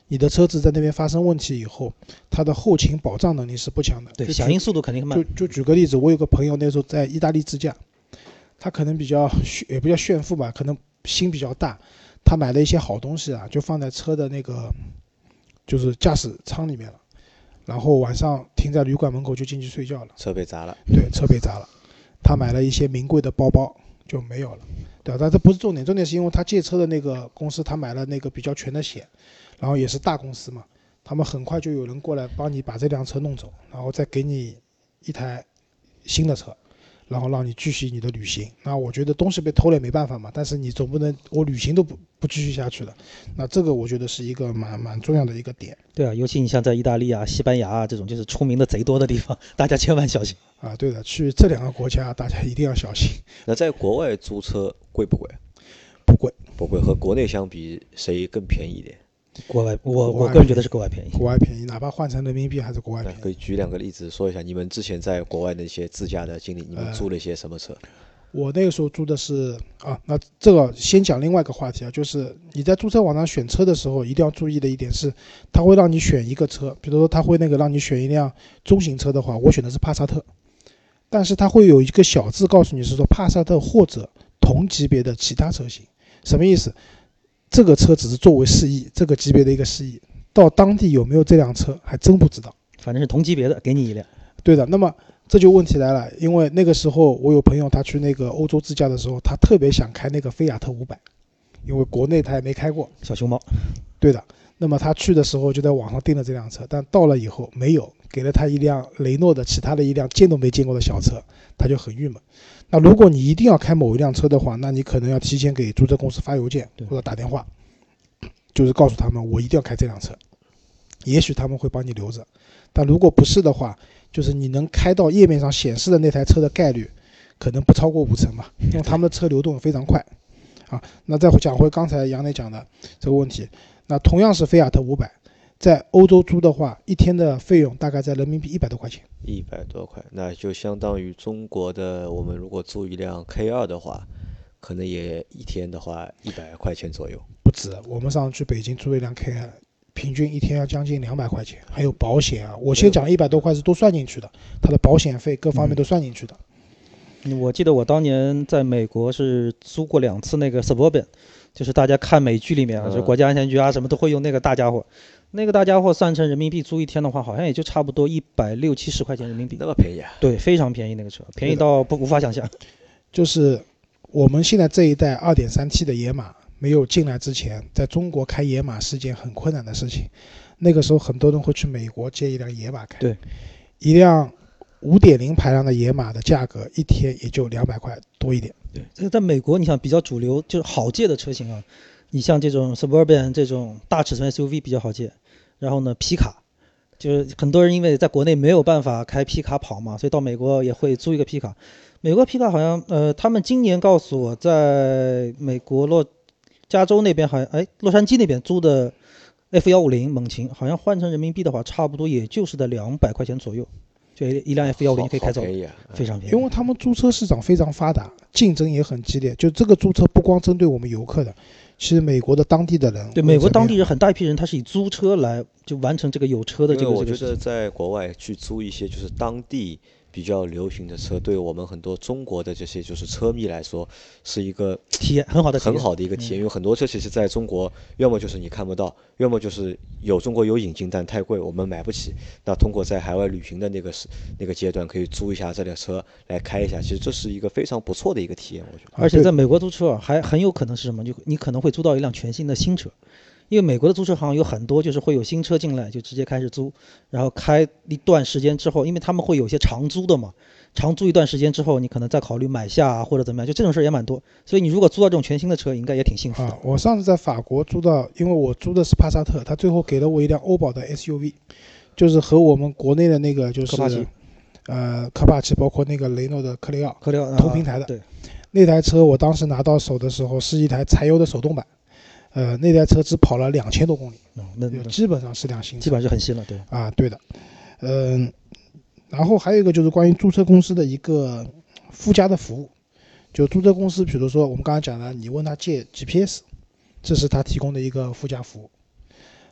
你的车子在那边发生问题以后，它的后勤保障能力是不强的。 对，响应速度肯定慢。 就就举个例子，我有个朋友那时候在意大利自驾，他可能比较也不叫炫富吧，可能心比较大，他买了一些好东西啊，就放在车的那个就是驾驶舱里面了，然后晚上停在旅馆门口就进去睡觉了， 车被砸了。 对，车被砸了。他买了一些名贵的包包就没有了，对吧？但这不是重点，重点是因为他借车的那个公司，他买了那个比较全的险，然后也是大公司嘛，他们很快就有人过来帮你把这辆车弄走，然后再给你一台新的车，然后让你继续你的旅行。那我觉得东西被偷了也没办法嘛，但是你总不能我旅行都不不继续下去了。那这个我觉得是一个蛮蛮重要的一个点。 对啊，尤其你像在意大利啊、西班牙啊这种就是出名的贼多的地方，大家千万小心啊！对的，去这两个国家大家一定要小心。 那在国外租车贵不贵？ 不贵， 不贵。和国内相比，谁更便宜一点？ 国外，我我个人觉得是国外便宜。 国外便宜，哪怕换成人民币还是国外便宜。 可以举两个例子说一下，你们之前在国外的一些自驾的经历，你们租了一些什么车？呃我那个时候租的是啊，那这个先讲另外一个话题啊，就是你在租车网上选车的时候，一定要注意的一点是，它会让你选一个车，比如说它会那个让你选一辆中型车的话，我选的是帕萨特，但是它会有一个小字告诉你是说帕萨特或者同级别的其他车型，什么意思？这个车只是作为示意，这个级别的一个示意，到当地有没有这辆车还真不知道。 反正是同级别的，给你一辆。 对的，那么这就问题来了，因为那个时候我有朋友他去那个欧洲自驾的时候，他特别想开那个菲亚特五百，因为国内他也没开过。 小熊猫。 对的，那么他去的时候就在网上订了这辆车，但到了以后没有，给了他一辆雷诺的其他的一辆见都没见过的小车，他就很郁闷。那如果你一定要开某一辆车的话，那你可能要提前给租车公司发邮件或者打电话，就是告诉他们我一定要开这辆车，也许他们会帮你留着。但如果不是的话，就是你能开到页面上显示的那台车的概率可能不超过五成吧，因为他们的车流动非常快啊。那再讲回刚才杨磊讲的这个问题，那同样是菲亚特五百，在欧洲租的话，一天的费用大概在人民币一百多块钱。 一百多块，那就相当于中国的，我们如果租一辆 K 二 的话，可能也一天的话一百块钱左右。 不止，我们上次去北京租一辆 K 二。平均一天要将近两百块钱，还有保险啊。我先讲一百多块是都算进去的，它的保险费各方面都算进去的。 嗯、我记得我当年在美国是租过两次那个 Suburban， 就是大家看美剧里面啊，就国家安全局啊什么都会用那个大家伙。那个大家伙算成人民币租一天的话，好像也就差不多一百六七十块钱人民币。 那么便宜啊？ 对，非常便宜，那个车便宜到不无法想象。 就是我们现在这一代 二点三 T 的野马。没有进来之前，在中国开野马是件很困难的事情。那个时候很多人会去美国借一辆野马开。 对， 一辆 五点零 排量的野马的价格一天也就两百块多一点。 对，这个在美国你想比较主流就是好借的车型啊，你像这种 Suburban 这种大尺寸 S U V 比较好借，然后呢皮卡，就是很多人因为在国内没有办法开皮卡跑嘛，所以到美国也会租一个皮卡。美国皮卡好像呃，他们今年告诉我，在美国洛加州那边好像，哎，洛杉矶那边租的 F 一五零猛禽，好像换成人民币的话，差不多也就是在两百块钱左右，就一辆 F 一五零可以开走， 啊、 非常便宜。 因为他们租车市场非常发达，竞争也很激烈。就这个租车不光针对我们游客的，其实美国的当地的人， 对美国当地人很大一批人，他是以租车来就完成这个有车的这个。 我觉得在国外去租一些就是当地比较流行的车，对我们很多中国的这些就是车迷来说，是一个体验很好的体验很好的一个体验。因为很多车其实在中国，要么就是你看不到，要么就是有中国有引进，但太贵，我们买不起。那通过在海外旅行的那个那个阶段，可以租一下这辆车来开一下，其实这是一个非常不错的一个体验，我觉得。 而且在美国租车还很有可能是什么？就你可能会租到一辆全新的新车。因为美国的租车行有很多就是会有新车进来就直接开始租，然后开一段时间之后，因为他们会有些长租的嘛，长租一段时间之后你可能再考虑买下、啊、或者怎么样，就这种事也蛮多。所以你如果租到这种全新的车应该也挺幸福的、 啊、我上次在法国租到，因为我租的是帕萨特，他最后给了我一辆欧宝的 S U V， 就是和我们国内的那个就是科帕奇呃科帕奇包括那个雷诺的科雷傲科雷傲同平台的、 啊、对， 那台车我当时拿到手的时候是一台柴油的手动版，呃，那台车只跑了两千多公里， 嗯、那基本上是辆新车， 基本上是很新了，对啊，对的，嗯、呃，然后还有一个就是关于租车公司的一个附加的服务，就租车公司，比如说我们刚才讲的，你问他借 G P S， 这是他提供的一个附加服务。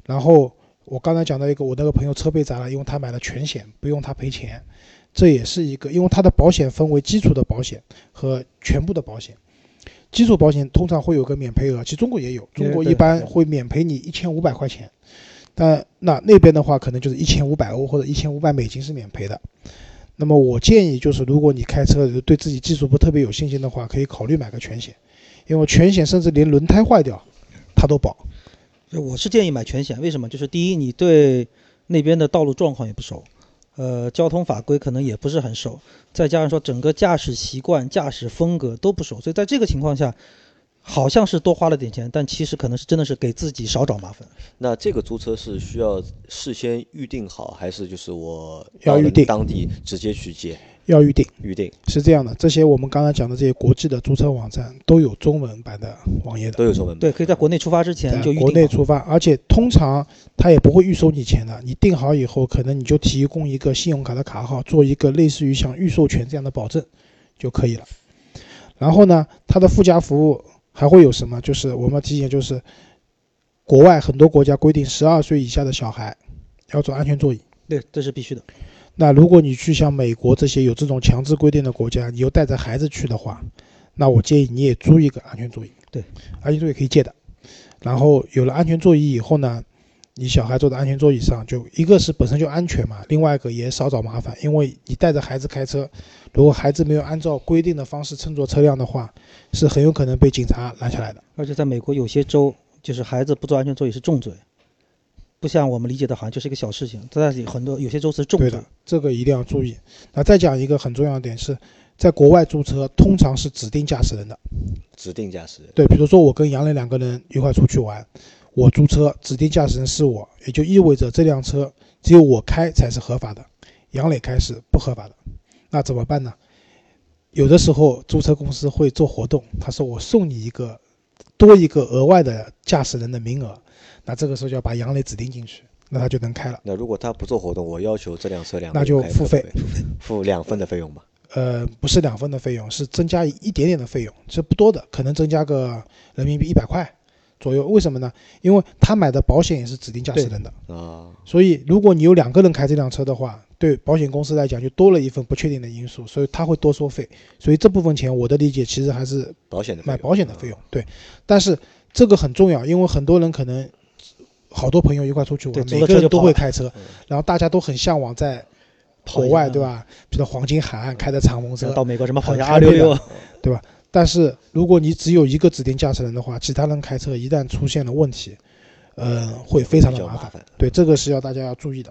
然后我刚才讲到一个，我那个朋友车被砸了，因为他买了全险，不用他赔钱，这也是一个，因为他的保险分为基础的保险和全部的保险。基础保险通常会有个免赔额，其实中国也有，中国一般会免赔你一千五百块钱，但那那边的话可能就是一千五百欧或者一千五百美金是免赔的。那么我建议就是，如果你开车对自己技术不特别有信心的话，可以考虑买个全险，因为全险甚至连轮胎坏掉它都保。 我是建议买全险，为什么？就是第一，你对那边的道路状况也不熟，呃，交通法规可能也不是很熟，再加上说整个驾驶习惯、驾驶风格都不熟，所以在这个情况下，好像是多花了点钱，但其实可能是真的是给自己少找麻烦。 那这个租车是需要事先预定好，还是就是我要预定当地直接去接？ 要预定， 预定是这样的。这些我们刚才讲的这些国际的租车网站都有中文版的网页的， 都有中文版。 对，可以在国内出发之前就预定好。 国内出发，而且通常他也不会预收你钱的。你订好以后，可能你就提供一个信用卡的卡号，做一个类似于像预授权这样的保证就可以了。然后呢，它的附加服务还会有什么？就是我们提醒，就是国外很多国家规定，十二岁以下的小孩要坐安全座椅。 对，这是必须的。 那如果你去像美国这些有这种强制规定的国家，你又带着孩子去的话，那我建议你也租一个安全座椅。 对， 安全座椅可以借的。然后有了安全座椅以后呢，你小孩坐在安全座椅上，就一个是本身就安全嘛，另外一个也少找麻烦，因为你带着孩子开车，如果孩子没有按照规定的方式乘坐车辆的话，是很有可能被警察拦下来的。 而且在美国有些州，就是孩子不坐安全座椅是重罪。不像我们理解的好像就是一个小事情，在很多有些州是重罪。 对的，这个一定要注意。那再讲一个很重要的点是，在国外租车通常是指定驾驶人的。 指定驾驶人。 对，比如说我跟杨磊两个人一块出去玩，我租车，指定驾驶人是我，也就意味着这辆车只有我开才是合法的，杨磊开是不合法的。那怎么办呢？有的时候租车公司会做活动，他说我送你一个多一个额外的驾驶人的名额。那这个时候就要把杨磊指定进去，那他就能开了。 那如果他不做活动，我要求这辆车两那就付费， 付两分的费用吧。 呃，不是两分的费用，是增加一点点的费用，这不多的，可能增加个人民币一百块左右。为什么呢？因为他买的保险也是指定驾驶人的啊，所以如果你有两个人开这辆车的话，对保险公司来讲就多了一份不确定的因素，所以他会多收费。所以这部分钱我的理解其实还是保险的买保险的费用，对。但是这个很重要，因为很多人可能。好多朋友一块出去玩，每个人都会开车，然后大家都很向往在国外，对吧？比如黄金海岸开的敞篷车， 到美国什么跑下二六六， 对吧？但是如果你只有一个指定驾驶人的话，其他人开车一旦出现了问题，呃，会非常的麻烦。对，这个是要大家要注意的。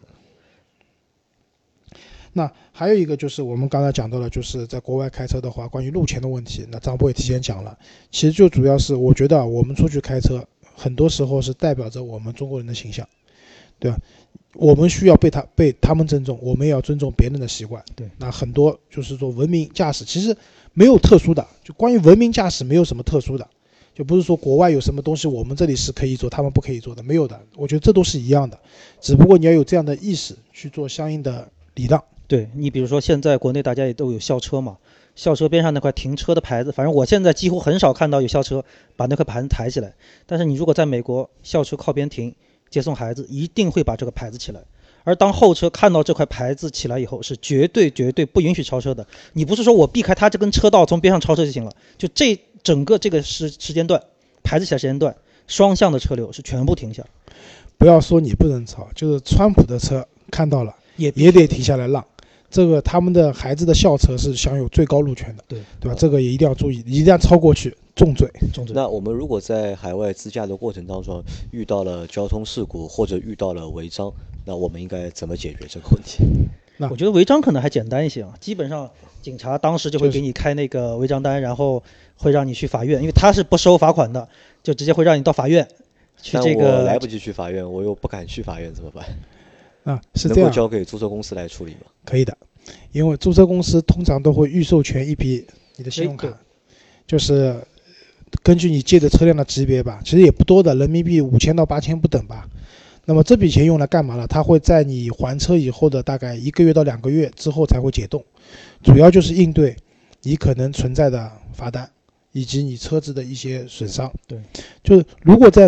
那还有一个就是我们刚才讲到了，就是在国外开车的话，关于路权的问题，那张波也提前讲了。其实就主要是我觉得我们出去开车。很多时候是代表着我们中国人的形象，对吧？我们需要被他被他们尊重，我们也要尊重别人的习惯。 对， 那很多就是说文明驾驶，其实没有特殊的，就关于文明驾驶没有什么特殊的，就不是说国外有什么东西我们这里是可以做，他们不可以做的，没有的。我觉得这都是一样的，只不过你要有这样的意识去做相应的礼让。 对，你比如说现在国内大家也都有校车嘛。校车边上那块停车的牌子，反正我现在几乎很少看到有校车把那块牌子抬起来。但是你如果在美国，校车靠边停接送孩子，一定会把这个牌子起来。而当后车看到这块牌子起来以后，是绝对绝对不允许超车的。你不是说我避开它这根车道从边上超车就行了，就这整个这个时时间段，牌子起来时间段，双向的车流是全部停下。 不要说你不能超，就是川普的车看到了也也得停下来让。这个他们的孩子的校车是享有最高路权的， 对对吧？这个也一定要注意，一旦超过去重罪。重罪。 那我们如果在海外自驾的过程当中遇到了交通事故或者遇到了违章，那我们应该怎么解决这个问题？ 那我觉得违章可能还简单一些啊，基本上警察当时就会给你开那个违章单，然后会让你去法院，因为他是不收罚款的，就直接会让你到法院去这个。 但我来不及去法院，我又不敢去法院，怎么办？ 啊，是这样， 能够交给租车公司来处理吗？ 可以的，因为租车公司通常都会预授权一批你的信用卡，就是根据你借的车辆的级别吧，其实也不多的，人民币五千到八千不等吧。那么这笔钱用来干嘛了？它会在你还车以后的大概一个月到两个月之后才会解冻，主要就是应对你可能存在的罚单以及你车子的一些损伤。 对， 就是如果在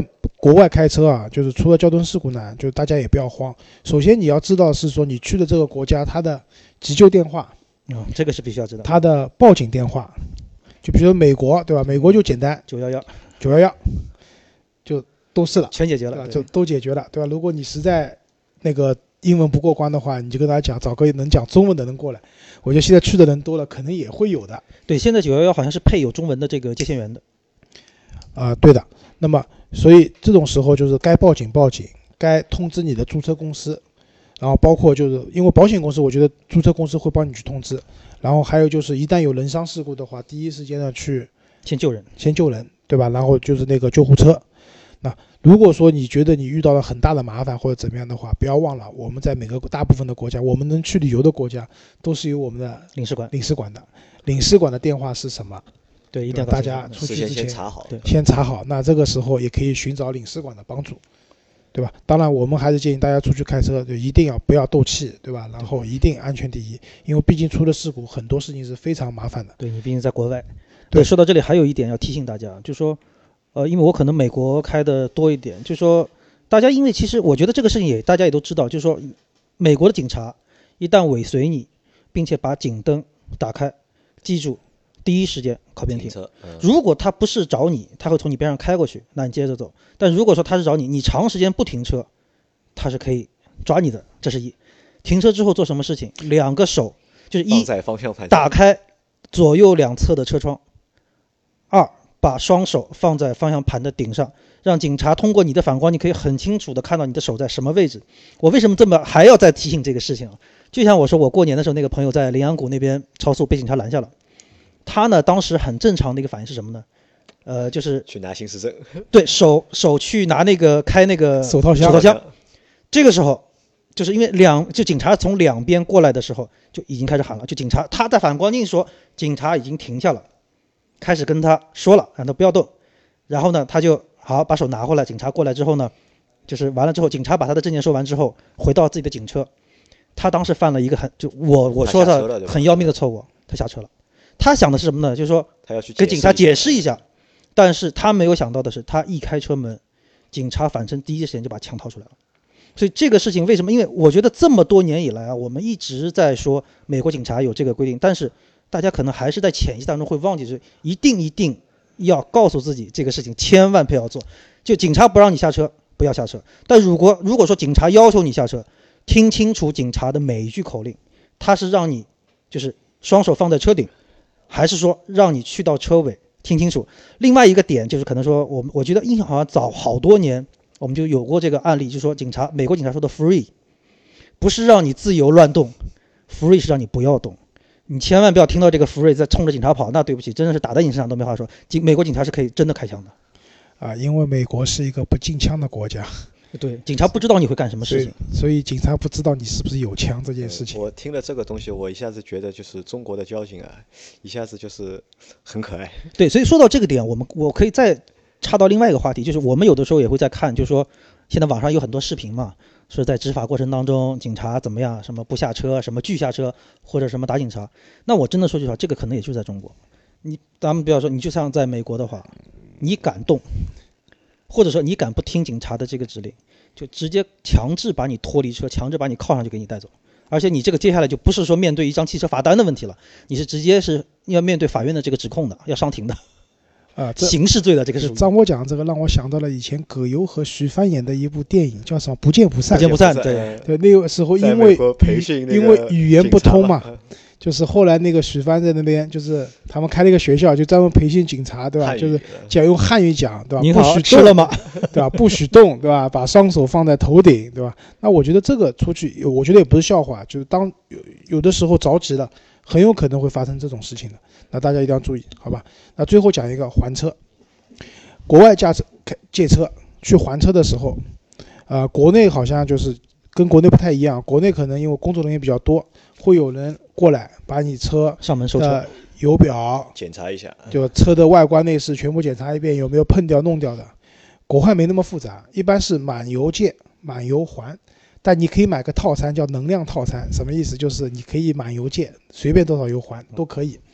国外开车啊，就是出了交通事故呢，就大家也不要慌。首先你要知道是说你去的这个国家，它的急救电话， 嗯，这个是必须要知道。 它的报警电话，就比如美国，对吧？美国就简单， 九幺幺， 九幺幺，就都是了， 全解决了， 对吧？就都解决了，对吧？如果你实在那个英文不过关的话，你就跟大家讲，找个能讲中文的人过来。我觉得现在去的人多了，可能也会有的。 对，现在九幺幺好像是配有中文的这个接线员的。 啊、呃，对的。那么，所以这种时候就是该报警报警，该通知你的租车公司，然后包括就是因为保险公司，我觉得租车公司会帮你去通知。然后还有就是一旦有人伤事故的话，第一时间呢去先救人， 先救人，对吧？然后就是那个救护车。那如果说你觉得你遇到了很大的麻烦或者怎么样的话，不要忘了，我们在每个大部分的国家，我们能去旅游的国家，都是有我们的领事馆。 领事馆的，领事馆的电话是什么？ 对，一定要大家出去之前先查好， 对， 先查好。那这个时候也可以寻找领事馆的帮助，对吧？当然，我们还是建议大家出去开车，就一定要不要斗气，对吧？然后一定安全第一，因为毕竟出了事故，很多事情是非常麻烦的。 对，你毕竟在国外。 对， 说到这里还有一点要提醒大家，就是说。呃，因为我可能美国开的多一点，就是说，大家因为其实我觉得这个事情也大家也都知道，就是说，美国的警察一旦尾随你，并且把警灯打开，记住第一时间靠边停。 嗯、 如果他不是找你，他会从你边上开过去，那你接着走。但如果说他是找你，你长时间不停车，他是可以抓你的。这是一。停车之后做什么事情？两个手就是一放在方向盘上打开左右两侧的车窗，二。把双手放在方向盘的顶上，让警察通过你的反光，你可以很清楚的看到你的手在什么位置。我为什么这么还要再提醒这个事情啊？就像我说，我过年的时候，那个朋友在羚羊谷那边超速被警察拦下了，他呢当时很正常的一个反应是什么呢？呃，就是去拿行驶证， 对手手去拿那个开那个手套箱， 手套箱。这个时候，就是因为两就警察从两边过来的时候，就已经开始喊了，就警察他在反光镜说，警察已经停下了。开始跟他说了，让他不要动，然后呢，他就好把手拿回来。警察过来之后呢，就是完了之后，警察把他的证件说完之后，回到自己的警车。他当时犯了一个很就我我说的很要命的错误，他下车了。他想的是什么呢？就是说他要去给警察解释一下，但是他没有想到的是，他一开车门，警察反身第一时间就把枪掏出来了。所以这个事情为什么？因为我觉得这么多年以来啊，我们一直在说美国警察有这个规定，但是。大家可能还是在潜意识当中会忘记，是一定一定要告诉自己这个事情千万不要做。就警察不让你下车，不要下车。但如果如果说警察要求你下车，听清楚警察的每一句口令，他是让你就是双手放在车顶，还是说让你去到车尾？听清楚。另外一个点就是可能说，我我觉得印象好像早好多年我们就有过这个案例，就是说警察美国警察说的 free， 不是让你自由乱动 ，free 是让你不要动。你千万不要听到这个福瑞在冲着警察跑，那对不起，真的是打在你身上都没话说。警美国警察是可以真的开枪的， 啊，因为美国是一个不禁枪的国家， 对，警察不知道你会干什么事情， 所以, 所以警察不知道你是不是有枪这件事情。 我听了这个东西，我一下子觉得就是中国的交警啊，一下子就是很可爱。 对，所以说到这个点，我们我可以再插到另外一个话题，就是我们有的时候也会在看，就是说现在网上有很多视频嘛。是在执法过程当中，警察怎么样？什么不下车，什么拒下车，或者什么打警察？那我真的说句实话，这个可能也就在中国。你咱们不要说，你就像在美国的话，你敢动，或者说你敢不听警察的这个指令，就直接强制把你脱离车，强制把你铐上去给你带走。而且你这个接下来就不是说面对一张汽车罚单的问题了，你是直接是要面对法院的这个指控的，要上庭的。 啊， 刑事罪的这个是张波讲这个让我想到了以前葛优和徐帆演的一部电影，叫什么《不见不散》。 不见不散，对对，那个时候因为因为语言不通嘛，就是后来那个许帆在那边，就是他们开了一个学校，就专门培训警察，对吧？就是讲用汉语讲，对吧？ 您好， 不许吃了吗？ 对吧？不许动，对吧？把双手放在头顶，对吧？那我觉得这个出去，我觉得也不是笑话，就是当有有的时候着急了，很有可能会发生这种事情的。那大家一定要注意，好吧？那最后讲一个还车，国外驾车借车去还车的时候，呃，国内好像就是跟国内不太一样，国内可能因为工作人员比较多，会有人过来把你车上门收车、 呃、油表检查一下， 就车的外观内饰全部检查一遍，有没有碰掉弄掉的。国外没那么复杂，一般是满油借满油还，但你可以买个套餐叫能量套餐，什么意思？就是你可以满油借，随便多少油还都可以。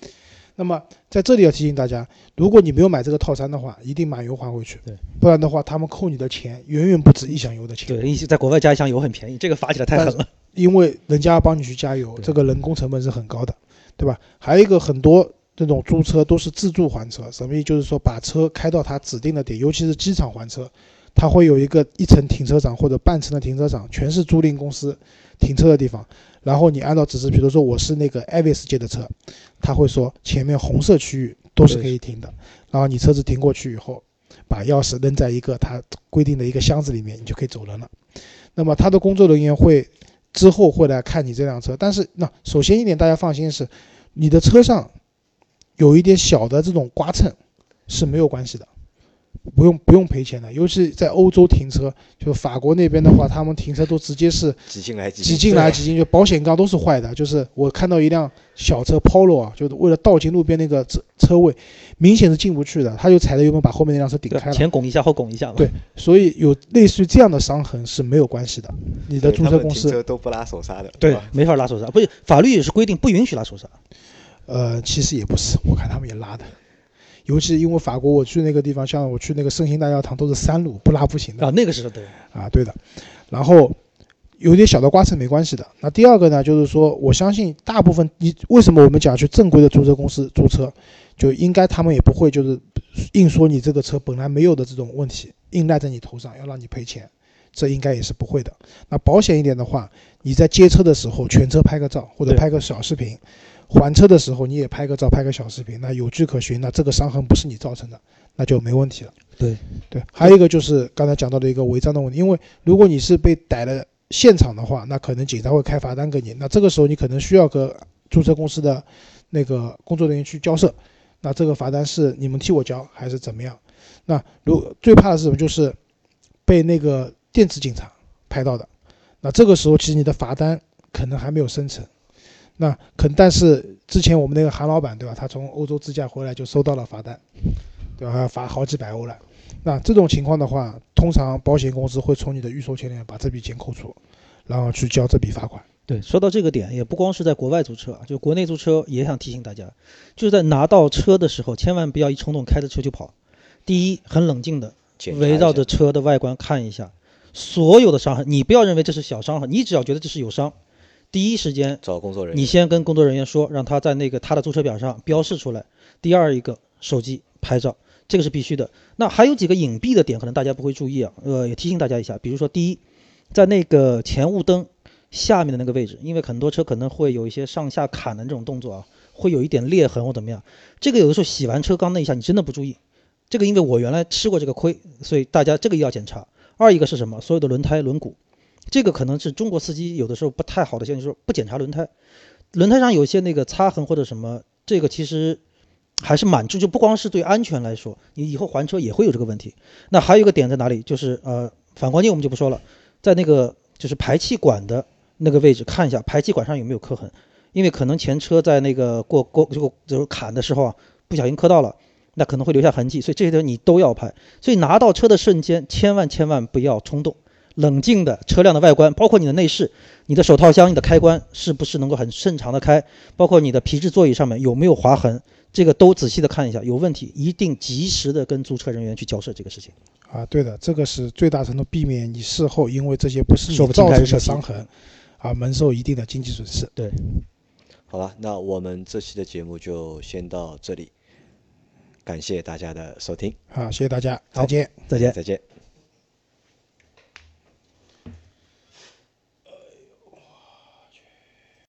那么在这里要提醒大家，如果你没有买这个套餐的话，一定满油还回去， 对， 不然的话他们扣你的钱远远不止一箱油的钱。 对，在国外加一箱油很便宜，这个罚起来太狠了。 因为人家要帮你去加油，这个人工成本是很高的，对吧？还有一个很多这种租车都是自助还车，什么意思？就是说把车开到他指定的点，尤其是机场还车，他会有一个一层停车场或者半层的停车场，全是租赁公司停车的地方。然后你按照指示，比如说我是那个 Avis 借的车，他会说前面红色区域都是可以停的，然后你车子停过去以后，把钥匙扔在一个他规定的一个箱子里面，你就可以走人了。那么他的工作人员会之后会来看你这辆车，但是那首先一点大家放心是，你的车上有一点小的这种刮蹭是没有关系的。不用不用赔钱的，尤其在欧洲停车，就法国那边的话，他们停车都直接是挤进来挤挤进来挤进去，保险杠都是坏的。就是我看到一辆小车 Polo 啊，就是为了倒进路边那个车车位，明显是进不去的，他就踩着油门把后面那辆车顶开了， 前拱一下后拱一下嘛。 对，所以有类似于这样的伤痕是没有关系的。你的租车公司停车都不拉手刹的， 对，没法拉手刹，不是法律也是规定不允许拉手刹。 呃，其实也不是，我看他们也拉的。尤其因为法国，我去那个地方，像我去那个圣心大教堂都是山路，不拉不行的啊，那个是对啊，对的。然后有点小的刮蹭没关系的。那第二个呢，就是说我相信大部分你为什么我们讲去正规的租车公司租车，就应该他们也不会就是硬说你这个车本来没有的这种问题，硬赖在你头上要让你赔钱，这应该也是不会的。那保险一点的话，你在接车的时候全车拍个照或者拍个小视频。还车的时候你也拍个照拍个小视频，那有据可循，那这个伤痕不是你造成的，那就没问题了。 对对，还有一个就是刚才讲到的一个违章的问题，因为如果你是被逮了现场的话，那可能警察会开罚单给你，那这个时候你可能需要和租车公司的那个工作人员去交涉，那这个罚单是你们替我交还是怎么样？那如最怕的是什么？就是被那个电子警察拍到的，那这个时候其实你的罚单可能还没有生成。那可但是之前我们那个韩老板对吧，他从欧洲自驾回来就收到了罚单，对吧，罚好几百欧了。那这种情况的话，通常保险公司会从你的预收钱里面把这笔钱扣除，然后去交这笔罚款。 对，说到这个点，也不光是在国外租车，就国内租车也想提醒大家，就是在拿到车的时候，千万不要一冲动开着车就跑。第一，很冷静的围绕着车的外观看一下，所有的伤痕，你不要认为这是小伤痕，你只要觉得这是有伤。第一时间找工作人员， 你先跟工作人员说，让他在那个他的租车表上标示出来。第二一个，手机拍照，这个是必须的。那还有几个隐蔽的点，可能大家不会注意啊，呃，也提醒大家一下。比如说，第一，在那个前雾灯下面的那个位置，因为很多车可能会有一些上下砍的这种动作啊，会有一点裂痕或怎么样。这个有的时候洗完车刚那一下，你真的不注意。这个因为我原来吃过这个亏，所以大家这个要检查。二一个是什么？所有的轮胎轮毂。这个可能是中国司机有的时候不太好的现象，就是不检查轮胎，轮胎上有些那个擦痕或者什么，这个其实还是蛮重，就不光是对安全来说，你以后还车也会有这个问题。那还有一个点在哪里？就是呃反光镜我们就不说了，在那个就是排气管的那个位置看一下排气管上有没有磕痕，因为可能前车在那个过过就就是砍的时候啊不小心磕到了，那可能会留下痕迹，所以这些你都要拍。所以拿到车的瞬间，千万千万不要冲动。冷静的车辆的外观，包括你的内饰，你的手套箱，你的开关是不是能够很顺畅的开，包括你的皮质座椅上面有没有划痕，这个都仔细的看一下，有问题一定及时的跟租车人员去交涉这个事情。 啊，对的，这个是最大程度避免你事后因为这些不是你造成的伤痕啊，蒙受一定的经济损失。 对， 好了，那我们这期的节目就先到这里，感谢大家的收听。 好，谢谢大家，再见， 再见， 再见。